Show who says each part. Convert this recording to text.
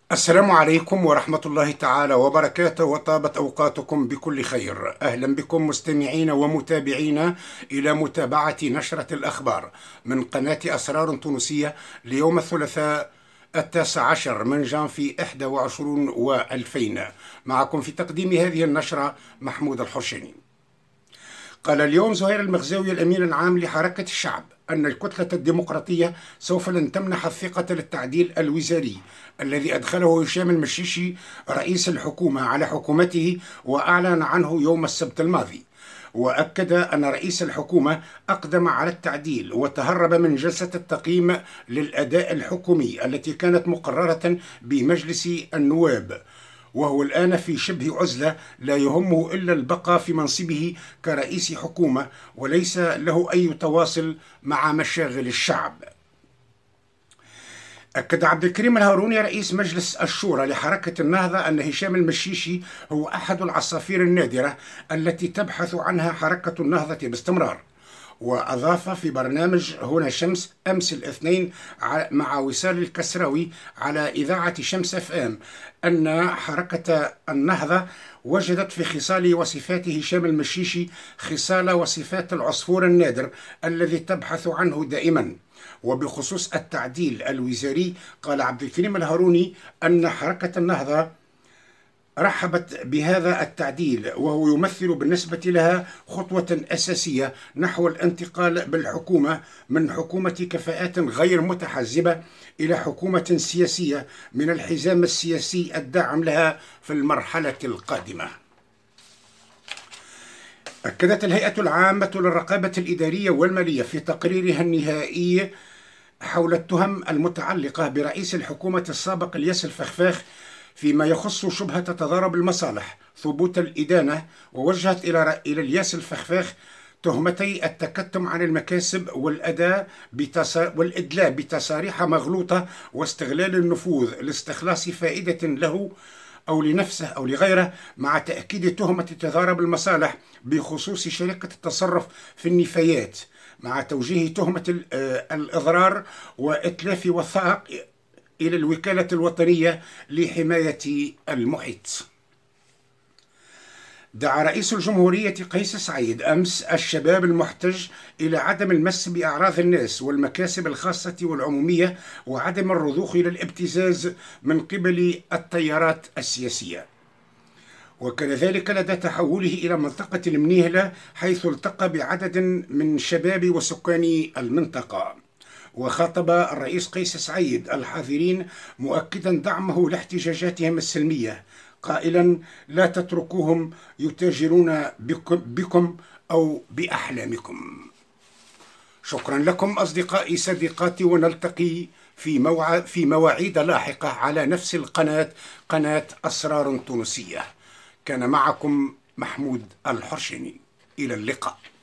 Speaker 1: السلام عليكم ورحمة الله تعالى وبركاته، وطابت أوقاتكم بكل خير. أهلا بكم مستمعين ومتابعين إلى متابعة نشرة الأخبار من قناة أسرار تونسية ليوم الثلاثاء 19 من جانفي 21 و2000. معكم في تقديم هذه النشرة محمود الحرشيني. قال اليوم زهير المغزاوي الأمين العام لحركة الشعب أن الكتلة الديمقراطية سوف لن تمنح الثقة للتعديل الوزاري الذي أدخله هشام المشيشي رئيس الحكومة على حكومته وأعلن عنه يوم السبت الماضي. وأكد أن رئيس الحكومة أقدم على التعديل وتهرب من جلسة التقييم للأداء الحكومي التي كانت مقررة بمجلس النواب، وهو الآن في شبه عزلة لا يهمه إلا البقاء في منصبه كرئيس حكومة وليس له أي تواصل مع مشاغل الشعب. أكد عبد الكريم الهاروني رئيس مجلس الشورى لحركة النهضة أن هشام المشيشي هو أحد العصافير النادرة التي تبحث عنها حركة النهضة باستمرار. وأضاف في برنامج هنا شمس أمس الاثنين مع وصال الكسراوي على إذاعة شمس اف ام أن حركة النهضة وجدت في خصال وصفات هشام المشيشي خصال وصفات العصفور النادر الذي تبحث عنه دائما. وبخصوص التعديل الوزاري قال عبد الكريم الهاروني أن حركة النهضة رحبت بهذا التعديل، وهو يمثل بالنسبة لها خطوة أساسية نحو الانتقال بالحكومة من حكومة كفاءات غير متحزبة إلى حكومة سياسية من الحزام السياسي الداعم لها في المرحلة القادمة. أكدت الهيئة العامة للرقابة الإدارية والمالية في تقريرها النهائي حول التهم المتعلقة برئيس الحكومة السابق الياس الفخفاخ فيما يخص شبهة تضارب المصالح ثبوت الإدانة، ووجهت إلى الياس الفخفاخ تهمتي التكتم عن المكاسب والإدلاء بتصاريح مغلوطة واستغلال النفوذ لاستخلاص فائدة له أو لنفسه أو لغيره، مع تأكيد تهمة تضارب المصالح بخصوص شركة التصرف في النفايات، مع توجيه تهمة الإضرار وإتلاف وثائق إلى الوكالة الوطنية لحماية المحيط. دعا رئيس الجمهورية قيس سعيد أمس الشباب المحتج إلى عدم المس بأعراض الناس والمكاسب الخاصة والعمومية وعدم الرضوخ إلى الابتزاز من قبل التيارات السياسية. وكان ذلك لدى تحوله إلى منطقة المنيهلة حيث التقى بعدد من شباب وسكان المنطقة. وخاطب الرئيس قيس سعيد الحاضرين مؤكدا دعمه لاحتجاجاتهم السلمية قائلا: لا تتركوهم يتاجرون بكم أو بأحلامكم. شكرا لكم أصدقائي صديقاتي، ونلتقي في مواعيد لاحقة على نفس القناة، قناة أسرار تونسية. كان معكم محمود الحرشيني، إلى اللقاء.